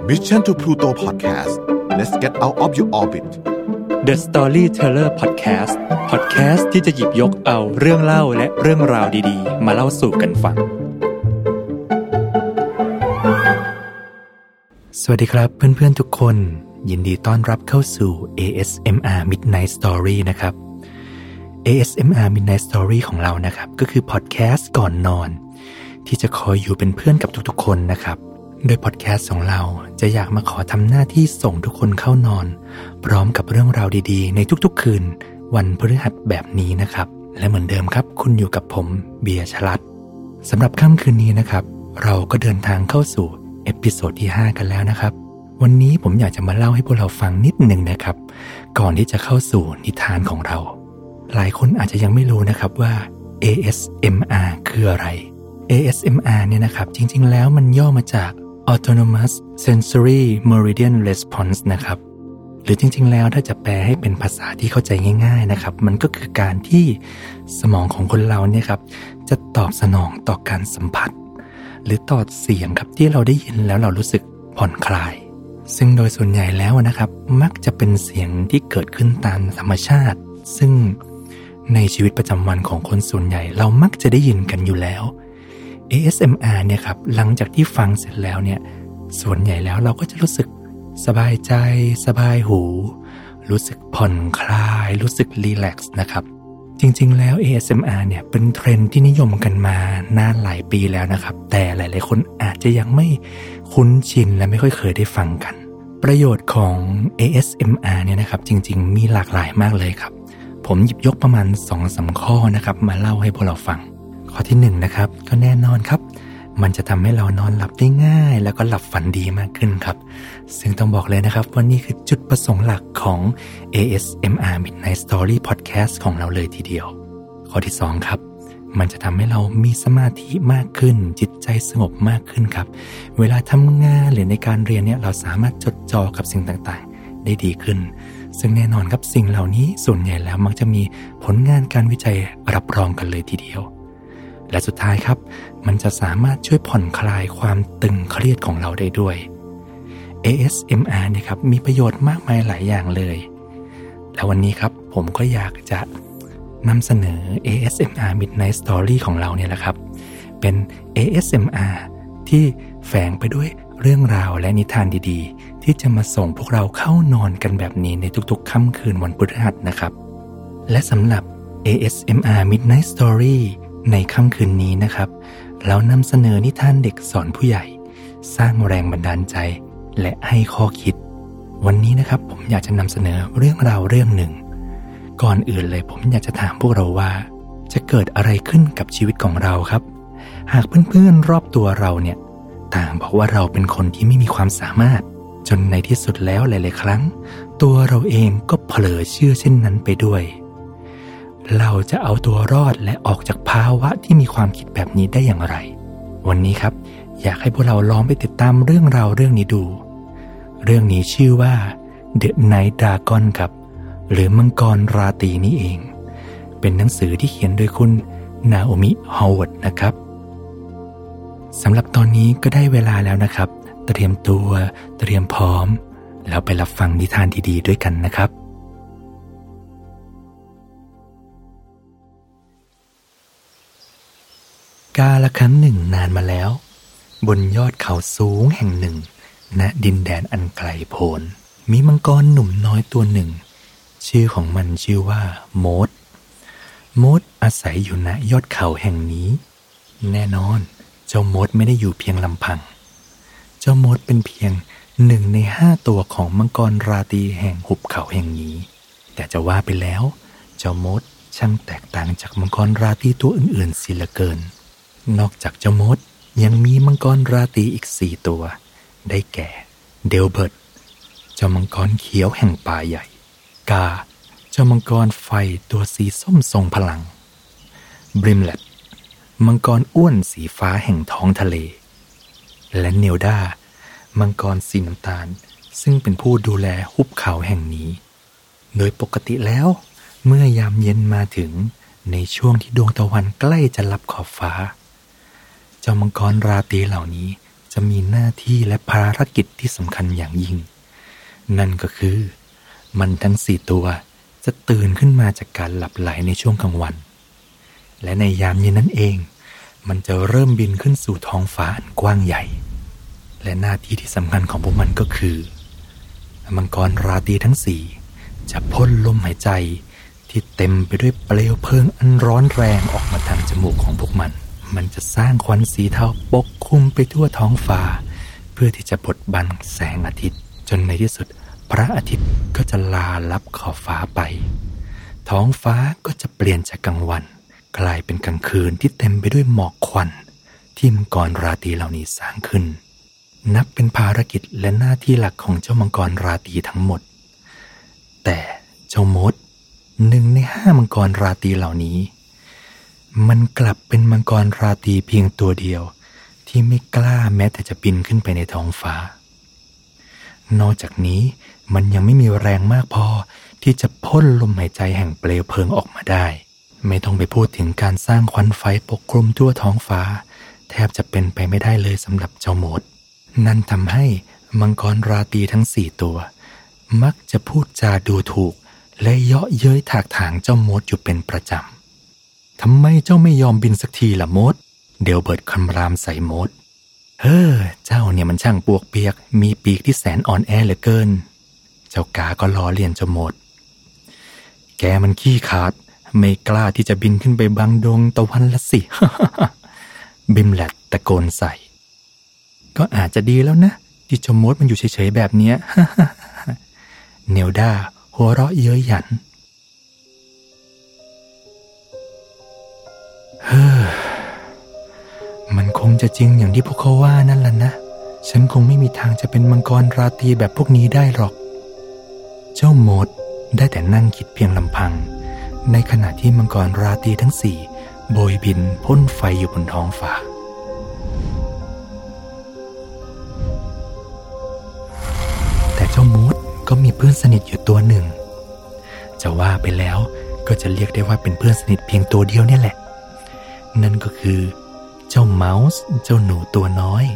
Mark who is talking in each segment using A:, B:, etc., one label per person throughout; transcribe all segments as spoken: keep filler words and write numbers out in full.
A: Mission to Pluto Podcast let's get out of your orbit
B: The Storyteller Podcast Podcast ที่จะหยิบยกเอาเรื่องเล่าและเรื่องราวดีๆมาเล่าสู่กันฟัง
C: สวัสดีครับเพื่อนๆทุกคนยินดีต้อนรับเข้าสู่ เอ เอส เอ็ม อาร์ Midnight Story นะครับ เอ เอส เอ็ม อาร์ Midnight Story ของเรานะครับก็คือพอดแคสต์ก่อนนอนที่จะคอยอยู่เป็นเพื่อนกับทุกๆคนนะครับโดยพอดแคสต์ของเราจะอยากมาขอทำหน้าที่ส่งทุกคนเข้านอนพร้อมกับเรื่องราวดีๆในทุกๆคืนวันพฤหัสแบบนี้นะครับและเหมือนเดิมครับคุณอยู่กับผมเบียร์ชลัดสำหรับค่ำคืนนี้นะครับเราก็เดินทางเข้าสู่เอพิโซดที่ห้ากันแล้วนะครับวันนี้ผมอยากจะมาเล่าให้พวกเราฟังนิดหนึ่งนะครับก่อนที่จะเข้าสู่นิทานของเราหลายคนอาจจะยังไม่รู้นะครับว่า เอ เอส เอ็ม อาร์ คืออะไร เอ เอส เอ็ม อาร์ เนี่ยนะครับจริงๆแล้วมันย่อมาจาก Autonomous Sensory Meridian Response นะครับหรือจริงๆแล้วถ้าจะแปลให้เป็นภาษาที่เข้าใจง่ายๆนะครับมันก็คือการที่สมองของคนเราเนี่ยครับจะตอบสนองต่อการสัมผัสหรือต่อเสียงครับที่เราได้ยินแล้วเรารู้สึกผ่อนคลายซึ่งโดยส่วนใหญ่แล้วนะครับมักจะเป็นเสียงที่เกิดขึ้นตามธรรมชาติซึ่งในชีวิตประจำวันของคนส่วนใหญ่เรามักจะได้ยินกันอยู่แล้ว เอ เอส เอ็ม อาร์ เนี่ยครับหลังจากที่ฟังเสร็จแล้วเนี่ยส่วนใหญ่แล้วเราก็จะรู้สึกสบายใจสบายหูรู้สึกผ่อนคลายรู้สึกรีแลกซ์นะครับจริงๆแล้ว เอ เอส เอ็ม อาร์ เนี่ยเป็นเทรนด์ที่นิยมกันมานานหลายปีแล้วนะครับแต่หลายๆคนอาจจะยังไม่คุ้นชินและไม่ค่อยเคยได้ฟังกันประโยชน์ของ เอ เอส เอ็ม อาร์ เนี่ยนะครับจริงๆมีหลากหลายมากเลยครับผมหยิบยกประมาณ สองถึงสาม ข้อนะครับมาเล่าให้พวกเราฟังข้อที่หนึ่งนะครับก็แน่นอนครับมันจะทำให้เรานอนหลับได้ง่ายแล้วก็หลับฝันดีมากขึ้นครับซึ่งต้องบอกเลยนะครับว่านี่คือจุดประสงค์หลักของ เอ เอส เอ็ม อาร์ Midnight Story Podcast ของเราเลยทีเดียวข้อที่สองครับมันจะทำให้เรามีสมาธิมากขึ้นจิตใจสงบมากขึ้นครับเวลาทำงานหรือในการเรียนเนี่ยเราสามารถจดจ่อกับสิ่งต่างๆได้ดีขึ้นซึ่งแน่นอนครับสิ่งเหล่านี้ส่วนใหญ่แล้วมักจะมีผลงานการวิจัยรับรองกันเลยทีเดียวและสุดท้ายครับมันจะสามารถช่วยผ่อนคลายความตึงเครียดของเราได้ด้วย เอ เอส เอ็ม อาร์ เนี่ยครับมีประโยชน์มากมายหลายอย่างเลยและวันนี้ครับผมก็อยากจะนำเสนอ เอ เอส เอ็ม อาร์ Midnight Story ของเราเนี่ยแหละครับเป็น เอ เอส เอ็ม อาร์ ที่แฝงไปด้วยเรื่องราวและนิทานดีๆที่จะมาส่งพวกเราเข้านอนกันแบบนี้ในทุกๆค่ำคืนวันพฤหัสนะครับและสำหรับ เอ เอส เอ็ม อาร์ Midnight Story ในค่ำคืนนี้นะครับเรานำเสนอนิทานเด็กสอนผู้ใหญ่สร้างแรงบันดาลใจและให้ข้อคิดวันนี้นะครับผมอยากจะนำเสนอเรื่องราวเรื่องหนึ่งก่อนอื่นเลยผมอยากจะถามพวกเราว่าจะเกิดอะไรขึ้นกับชีวิตของเราครับหากเพื่อนๆรอบตัวเราเนี่ยต่างบอกว่าเราเป็นคนที่ไม่มีความสามารถจนในที่สุดแล้วหลายๆครั้งตัวเราเองก็เผลอเชื่อเช่นนั้นไปด้วยเราจะเอาตัวรอดและออกจากภาวะที่มีความคิดแบบนี้ได้อย่างไรวันนี้ครับอยากให้พวกเราลองไปติดตามเรื่องราวเรื่องนี้ดูเรื่องนี้ชื่อว่า The Night Dragon ครับหรือมังกรราตรีนี่เองเป็นหนังสือที่เขียนโดยคุณนาโอมิฮาวเวิร์ดนะครับสำหรับตอนนี้ก็ได้เวลาแล้วนะครับเตรียมตัวเตรียมพร้อมแล้วไปรับฟังนิทานดีๆด้วยกันนะครับกาลครั้งหนึ่งนานมาแล้วบนยอดเขาสูงแห่งหนึ่งณดินแดนอันไกลโพ้นมีมังกรหนุ่มน้อยตัวหนึ่งชื่อของมันชื่อว่าโมดโมดอาศัยอยู่ณยอดเขาแห่งนี้แน่นอนเจ้าโมดไม่ได้อยู่เพียงลำพังเจ้าโมดเป็นเพียงหนึ่งในห้าตัวของมังกรราตรีแห่งหุบเขาแห่งนี้แต่จะว่าไปแล้วเจ้าโมดช่างแตกต่างจากมังกรราตรีตัวอื่นๆเสียเหลือเกินนอกจากเจ้าโมดยังมีมังกรราตรีอีกสี่ตัวได้แก่เดลเบิร์ตเจ้ามังกรเขียวแห่งป่าใหญ่กาเจ้ามังกรไฟตัวสีส้มทรงพลังบริมเลตมังกรอ้วนสีฟ้าแห่งท้องทะเลและเนลดามังกรสีน้ำตาลซึ่งเป็นผู้ดูแลหุบเขาแห่งนี้โดยปกติแล้วเมื่อยามเย็นมาถึงในช่วงที่ดวงตะวันใกล้จะลับขอบฟ้าเจ้ามังกรราตรีเหล่านี้จะมีหน้าที่และภารกิจที่สำคัญอย่างยิ่งนั่นก็คือมันทั้งสี่ตัวจะตื่นขึ้นมาจากการหลับไหลในช่วงกลางวันและในยามเย็นนั้นเองมันจะเริ่มบินขึ้นสู่ท้องฟ้าอันกว้างใหญ่และหน้าที่ที่สำคัญของพวกมันก็คือมังกรราตรีทั้งสี่จะพ่นลมหายใจที่เต็มไปด้วยเปลวเพลิงอันร้อนแรงออกมาทางจมูกของพวกมันมันจะสร้างควันสีเทาปกคลุมไปทั่วท้องฟ้าเพื่อที่จะบดบังแสงอาทิตย์จนในที่สุดพระอาทิตย์ก็จะลาลับขอบฟ้าไปท้องฟ้าก็จะเปลี่ยนจากกลางวันกลายเป็นกลางคืนที่เต็มไปด้วยหมอกควันที่มังกรราตรีเหล่านี้สร้างขึ้นนับเป็นภารกิจและหน้าที่หลักของเจ้ามังกรราตรีทั้งหมดแต่เจ้ามดหนึ่งในห้ามังกรราตรีเหล่านี้มันกลับเป็นมังกรราตรีเพียงตัวเดียวที่ไม่กล้าแม้แต่จะบินขึ้นไปในท้องฟ้านอกจากนี้มันยังไม่มีแรงมากพอที่จะพ่นลมหายใจแห่งเปลวเพลิงออกมาได้ไม่ต้องไปพูดถึงการสร้างควันไฟปกคลุมทั่วท้องฟ้าแทบจะเป็นไปไม่ได้เลยสำหรับเจ้ามดนั่นทำให้มังกรราตรีทั้งสี่ตัวมักจะพูดจาดูถูกและเยาะเย้ยถากถางเจ้ามดอยู่เป็นประจำทำไมเจ้าไม่ยอมบินสักทีล่ะมดเดี๋ยวเบิร์ดคำรามใส่มดเฮ้อเจ้าเนี่ยมันช่างปวกเปียกมีปีกที่แสนอ่อนแอเหลือเกินเจ้ากาก็ล้อเลียนเจ้ามดแกมันขี้ขาดไม่กล้าที่จะบินขึ้นไปบังดวงตะวันละสิ บิมแลดตะโกนใส่ก็อาจจะดีแล้วนะที่เจ้ามดมันอยู่เฉยๆแบบเนี้ย เนลดาหัวเราะเย้ยหยันเฮ้อมันคงจะจริงอย่างที่พวกเขาว่านั่นแหละนะฉันคงไม่มีทางจะเป็นมังกรราตรีแบบพวกนี้ได้หรอกเจ้ามดได้แต่นั่งคิดเพียงลำพังในขณะที่มังกรราตรีทั้งสี่โบยบินพ่นไฟอยู่บนท้องฟ้าแต่เจ้ามดก็มีเพื่อนสนิทอยู่ตัวหนึ่งจะว่าไปแล้วก็จะเรียกได้ว่าเป็นเพื่อนสนิทเพียงตัวเดียวเนี่ยแหละนั่นก็คือเจ้าเมาส์เจ้าหนูตัวน้อย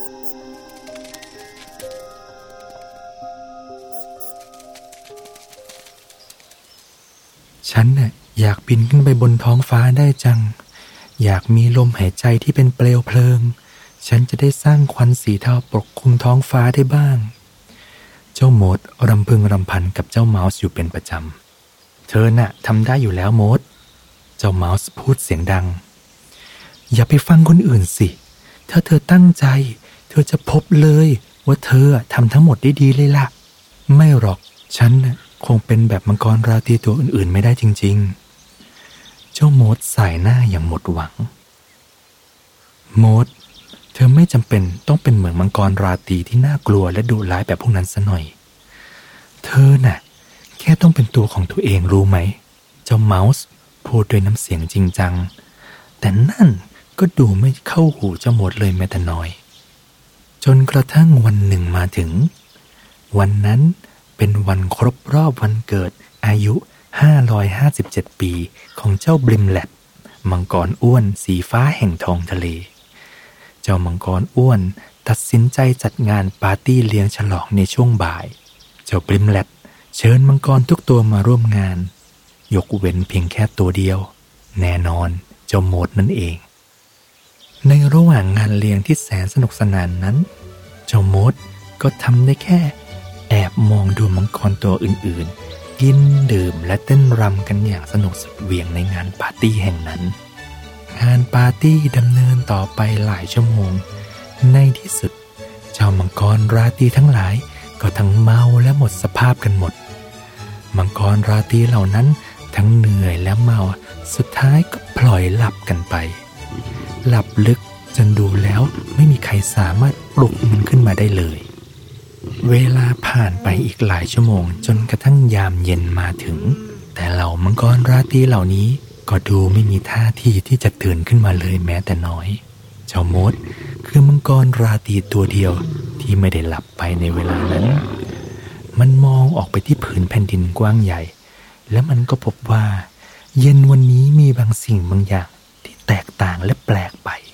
C: ฉันน่ะอยากบินขึ้นไปบนท้องฟ้าได้จังอยากมีลมหายใจที่เป็นเปลวเพลิงฉันจะได้สร้างควันสีเทาปกคลุมท้องฟ้าได้บ้างเจ้าโมดรำพึงรำพันกับเจ้าเมาส์อยู่เป็นประจำเธอน่ะทำได้อยู่แล้วโมดเจ้าเมาส์พูดเสียงดังอย่าไปฟังคนอื่นสิถ้าเธอตั้งใจเธอจะพบเลยว่าเธอทำทั้งหมดได้ดีเลยล่ะไม่หรอกฉันน่ะคงเป็นแบบมังกรราตรีตัวอื่นๆไม่ได้จริงๆเจ้าโมดสายหน้าอย่างหมดหวังโมดเธอไม่จำเป็นต้องเป็นเหมือนมังกรราตรีที่น่ากลัวและดุร้ายแบบพวกนั้นซะหน่อยเธอน่ะแค่ต้องเป็นตัวของตัวเองรู้ไหมเจ้าเมาส์พูดด้วยน้ำเสียงจริงจังแต่นั่นก็ดูไม่เข้าหูเจ้าโมดเลยแม้แต่น้อยจนกระทั่งวันหนึ่งมาถึงวันนั้นเป็นวันครบรอบวันเกิดอายุห้าร้อยห้าสิบเจ็ดปีของเจ้าบลิมแลดมังกรอ้วนสีฟ้าแห่งท้องทะเลเจ้ามังกรอ้วนตัดสินใจจัดงานปาร์ตี้เลี้ยงฉลองในช่วงบ่ายเจ้าบลิมแลดเชิญมังกรทุกตัวมาร่วมงานยกเว้นเพียงแค่ตัวเดียวแน่นอนเจ้าโมดนั่นเองในระหว่างงานเลี้ยงที่แสนสนุกสนานนั้นเจ้าโมดก็ทำได้แค่แอบมองดูมังกรตัวอื่นๆกินดื่มและเต้นรำกันอย่างสนุกสุดเหวี่ยงในงานปาร์ตี้แห่งนั้นงานปาร์ตี้ดำเนินต่อไปหลายชั่วโมงในที่สุดเจ้ามังกรราตรีทั้งหลายก็ทั้งเมาและหมดสภาพกันหมดมังกรราตรีเหล่านั้นทั้งเหนื่อยและเมาสุดท้ายก็พลอยหลับกันไปหลับลึกจนดูแล้วไม่มีใครสามารถปลุกมันขึ้นมาได้เลยเวลาผ่านไปอีกหลายชั่วโมงจนกระทั่งยามเย็นมาถึงแต่เหล่ามังกรราตรีเหล่านี้ก็ดูไม่มีท่าทีที่จะตื่นขึ้นมาเลยแม้แต่น้อยเจ้าโมดคือมังกรราตรีตัวเดียวที่ไม่ได้หลับไปในเวลานั้นมันมองออกไปที่ผืนแผ่นดินกว้างใหญ่และมันก็พบว่าเย็นวันนี้มีบางสิ่งบางอย่างที่แตกต่างและแปลกไป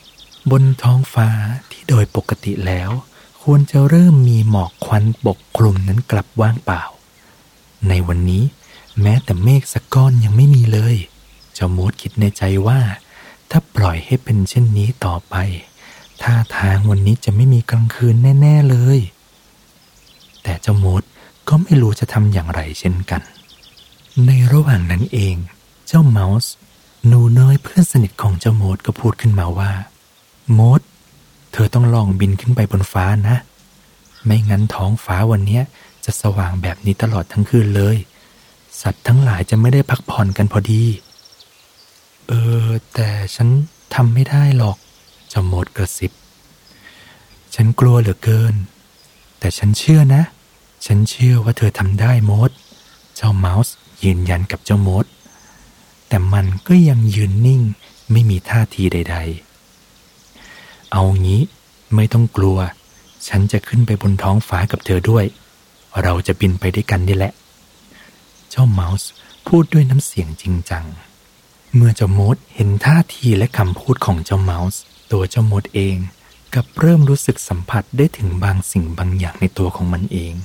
C: บนท้องฟ้าที่โดยปกติแล้วควรจะเริ่มมีหมอกควันปกคลุมนั้นกลับว่างเปล่าในวันนี้แม้แต่เมฆสักก้อนยังไม่มีเลยเจ้ามูดคิดในใจว่าถ้าปล่อยให้เป็นเช่นนี้ต่อไปท่าทางวันนี้จะไม่มีกลางคืนแน่ๆเลยแต่เจ้ามูดก็ไม่รู้จะทำอย่างไรเช่นกันในระหว่างนั้นเองเจ้าเมาส์หนูน้อยเพื่อนสนิทของเจ้ามูดก็พูดขึ้นมาว่ามูดเธอต้องลองบินขึ้นไปบนฟ้านะไม่งั้นท้องฟ้าวันนี้จะสว่างแบบนี้ตลอดทั้งคืนเลยสัตว์ทั้งหลายจะไม่ได้พักผ่อนกันพอดีเออแต่ฉันทำไม่ได้หรอกเจ้าโมดกระซิบฉันกลัวเหลือเกินแต่ฉันเชื่อนะฉันเชื่อว่าเธอทำได้โมดเจ้าเมาส์ยืนยันกับเจ้าโมดแต่มันก็ยังยืนนิ่งไม่มีท่าทีใดๆเอางี้ไม่ต้องกลัวฉันจะขึ้นไปบนท้องฟ้ากับเธอด้วยเราจะบินไปด้วยกันนี่แหละเจ้าเมาส์พูดด้วยน้ำเสียงจริงจังเมื่อเจ้าโมดเห็นท่าทีและคำพูดของเจ้าเมาส์ตัวเจ้าโมดเองกับเริ่มรู้สึกสัมผัสได้ถึงบางสิ่งบางอย่างในตัวของมันเอง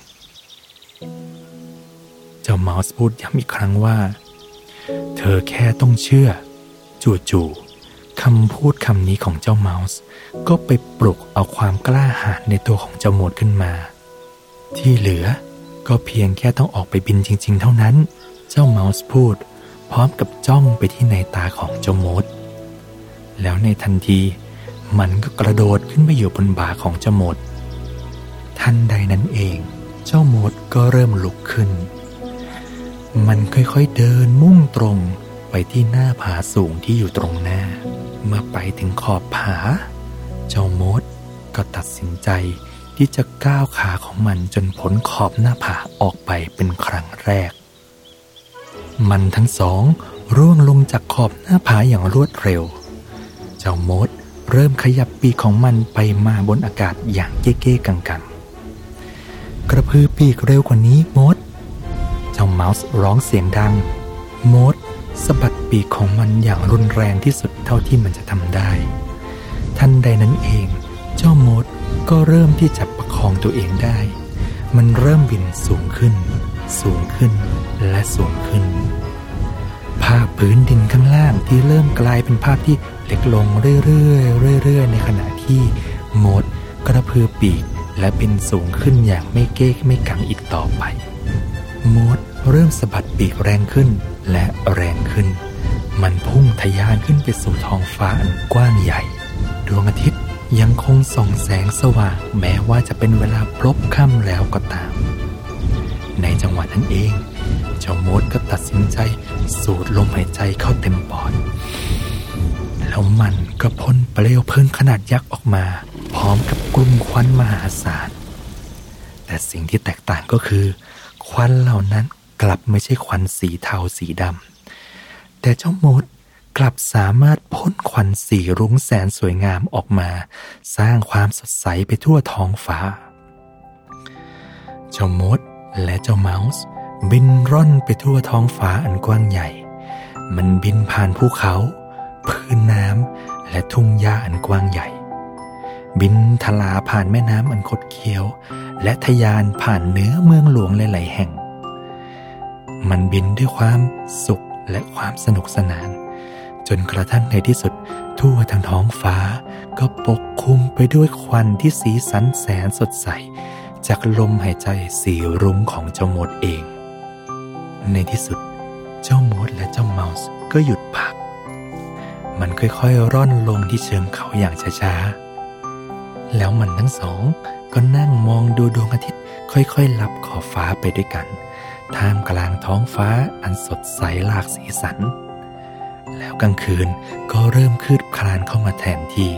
C: เจ้าเมาส์พูดย้ำอีกครั้งว่าเธอแค่ต้องเชื่อจู่ๆคำพูดคำนี้ของเจ้าเมาส์ก็ไปปลุกเอาความกล้าหาญในตัวของเจ้าโมดขึ้นมาที่เหลือก็เพียงแค่ต้องออกไปบินจริงๆเท่านั้นเจ้าเมาส์พูดพร้อมกับจ้องไปที่ในตาของเจ้าโมดแล้วในทันทีมันก็กระโดดขึ้นไปอยู่บนบ่าของเจ้าโมดทันใดนั้นเองเจ้าโมดก็เริ่มลุกขึ้นมันค่อยๆเดินมุ่งตรงไปที่หน้าผาสูงที่อยู่ตรงหน้าเมื่อไปถึงขอบผาเจ้าโมดก็ตัดสินใจที่จะก้าวขาของมันจนพ้นขอบหน้าผาออกไปเป็นครั้งแรกมันทั้งสองร่วงลงจากขอบหน้าผาอย่างรวดเร็วเจ้าโมดเริ่มขยับปีกของมันไปมาบนอากาศอย่างเก้ๆกังๆกระพือปีกเร็วกว่านี้โมดเจ้าเมาส์ร้องเสียงดังโมดสะบัดปีกของมันอย่างรุนแรงที่สุดเท่าที่มันจะทำได้ทันใดนั้นเองเจ้าโมดก็เริ่มที่จะประคองตัวเองได้มันเริ่มบินสูงขึ้นสูงขึ้นและสูงขึ้นภาพพื้นดินข้างล่างที่เริ่มกลายเป็นภาพที่เล็กลงเรื่อยๆเรื่อยๆในขณะที่โมดกระพือปีกและบินสูงขึ้นอย่างไม่เก้ไม่กังอีกต่อไปโมดเริ่มสะบัดปีกแรงขึ้นและแรงขึ้นมันพุ่งทะยานขึ้นไปสู่ท้องฟ้าอันกว้างใหญ่ดวงอาทิตย์ยังคงส่องแสงสว่างแม้ว่าจะเป็นเวลาพลบค่ำแล้วก็ตามในจังหวะนั้นเองเจ้าโมดก็ตัดสินใจสูดลมหายใจเข้าเต็มปอดแล้วมันก็พ่นเปลวเพลิงขนาดยักษ์ออกมาพร้อมกับกลุ่มควันมหาศาลแต่สิ่งที่แตกต่างก็คือควันเหล่านั้นกลับไม่ใช่ควันสีเทาสีดำแต่เจ้าโมดกลับสามารถพ่นควันสีรุ้งแสนสวยงามออกมาสร้างความสดใสไปทั่วท้องฟ้าเจ้าโมดและเจ้าเมาส์บินร่อนไปทั่วท้องฟ้าอันกว้างใหญ่มันบินผ่านภูเขาพื้นน้ำและทุ่งหญ้าอันกว้างใหญ่บินทลาผ่านแม่น้ำอันคดเคี้ยวและทะยานผ่านเหนือเมืองหลวงหลายๆแห่งมันบินด้วยความสุขและความสนุกสนานจนกระทั่งในที่สุดทั่วทั้งท้องฟ้าก็ปกคลุมไปด้วยควันที่สีสันแสนสดใสจากลมหายใจสีรุ้งของเจ้าโมดเองในที่สุดเจ้าโมดและเจ้าเมาส์ก็หยุดพักมันค่อยๆร่อนลงที่เชิงเขาอย่างช้าๆแล้วมันทั้งสองก็นั่งมองดูดวงอาทิตย์ค่อยๆลับขอบฟ้าไปด้วยกันท่ามกลางท้องฟ้าอันสดใสหลากสีสันแล้วกลางคืนก็เริ่มคืบคลานเข้ามาแทนที่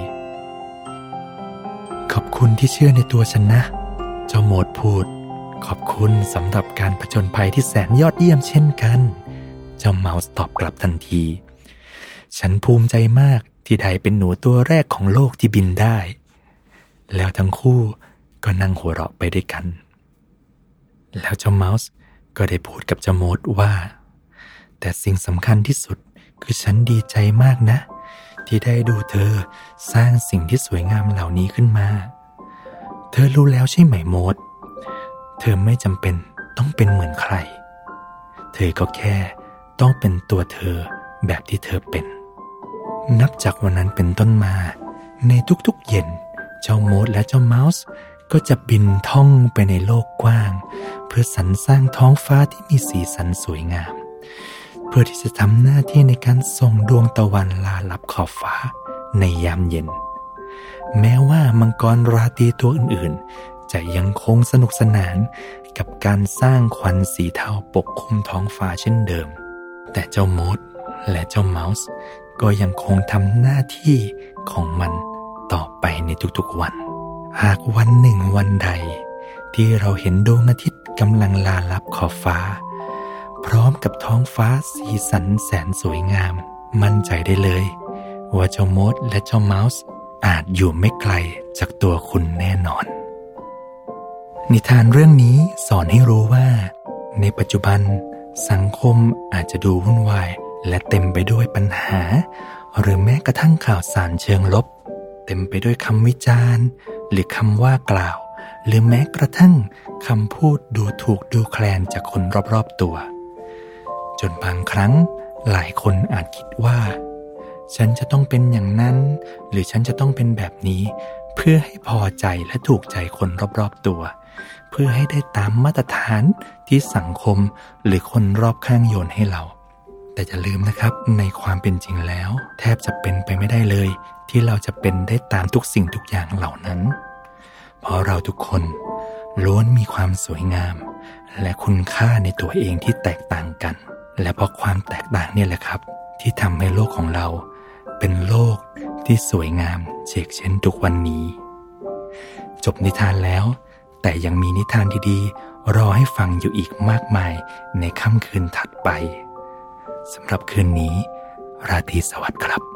C: ขอบคุณที่เชื่อในตัวฉันนะเจ้าโมดพูดขอบคุณสำหรับการผจญภัยที่แสนยอดเยี่ยมเช่นกันเจ้าเมาส์ตอบกลับทันทีฉันภูมิใจมากที่ได้เป็นหนูตัวแรกของโลกที่บินได้แล้วทั้งคู่ก็นั่งหัวเราะไปด้วยกันแล้วเจ้าเมาส์ก็ได้พูดกับเจ้าโมดว่าแต่สิ่งสำคัญที่สุดคือฉันดีใจมากนะที่ได้ดูเธอสร้างสิ่งที่สวยงามเหล่านี้ขึ้นมาเธอรู้แล้วใช่ไหมโมดเธอไม่จำเป็นต้องเป็นเหมือนใครเธอก็แค่ต้องเป็นตัวเธอแบบที่เธอเป็นนับจากวันนั้นเป็นต้นมาในทุกๆเย็นเจ้าโมดและเจ้าเมาส์ก็จะบินท่องไปในโลกกว้างเพื่อสรรสร้างท้องฟ้าที่มีสีสันสวยงามเพื่อที่จะทำหน้าที่ในการส่งดวงตะวันลาลับขอบฟ้าในยามเย็นแม้ว่ามังกรราตรีตัวอื่นๆจะยังคงสนุกสนานกับการสร้างควันสีเทาปกคลุมท้องฟ้าเช่นเดิมแต่เจ้าโมดและเจ้าเมาส์ก็ยังคงทำหน้าที่ของมันต่อไปในทุกๆวันหากวันหนึ่งวันใดที่เราเห็นดวงอาทิตย์กำลังลาลับขอบฟ้าพร้อมกับท้องฟ้าสีสันแสนสวยงามมั่นใจได้เลยว่าเจ้าโมดและเจ้าเมาส์อาจอยู่ไม่ไกลจากตัวคุณแน่นอนนิทานเรื่องนี้สอนให้รู้ว่าในปัจจุบันสังคมอาจจะดูวุ่นวายและเต็มไปด้วยปัญหาหรือแม้กระทั่งข่าวสารเชิงลบเต็มไปด้วยคำวิจารณ์หรือคำว่ากล่าวหรือแม้กระทั่งคำพูดดูถูกดูแคลนจากคนรอบๆตัวจนบางครั้งหลายคนอาจคิดว่าฉันจะต้องเป็นอย่างนั้นหรือฉันจะต้องเป็นแบบนี้เพื่อให้พอใจและถูกใจคนรอบๆตัวเพื่อให้ได้ตามมาตรฐานที่สังคมหรือคนรอบข้างโยนให้เราแต่อย่าลืมนะครับในความเป็นจริงแล้วแทบจะเป็นไปไม่ได้เลยที่เราจะเป็นได้ตามทุกสิ่งทุกอย่างเหล่านั้นเพราะเราทุกคนล้วนมีความสวยงามและคุณค่าในตัวเองที่แตกต่างกันและเพราะความแตกต่างเนี่ยแหละครับที่ทำให้โลกของเราเป็นโลกที่สวยงามเช่นเช่นทุกวันนี้จบนิทานแล้วแต่ยังมีนิทานดีๆรอให้ฟังอยู่อีกมากมายในค่ำคืนถัดไปสำหรับคืนนี้ราตรีสวัสดิ์ครับ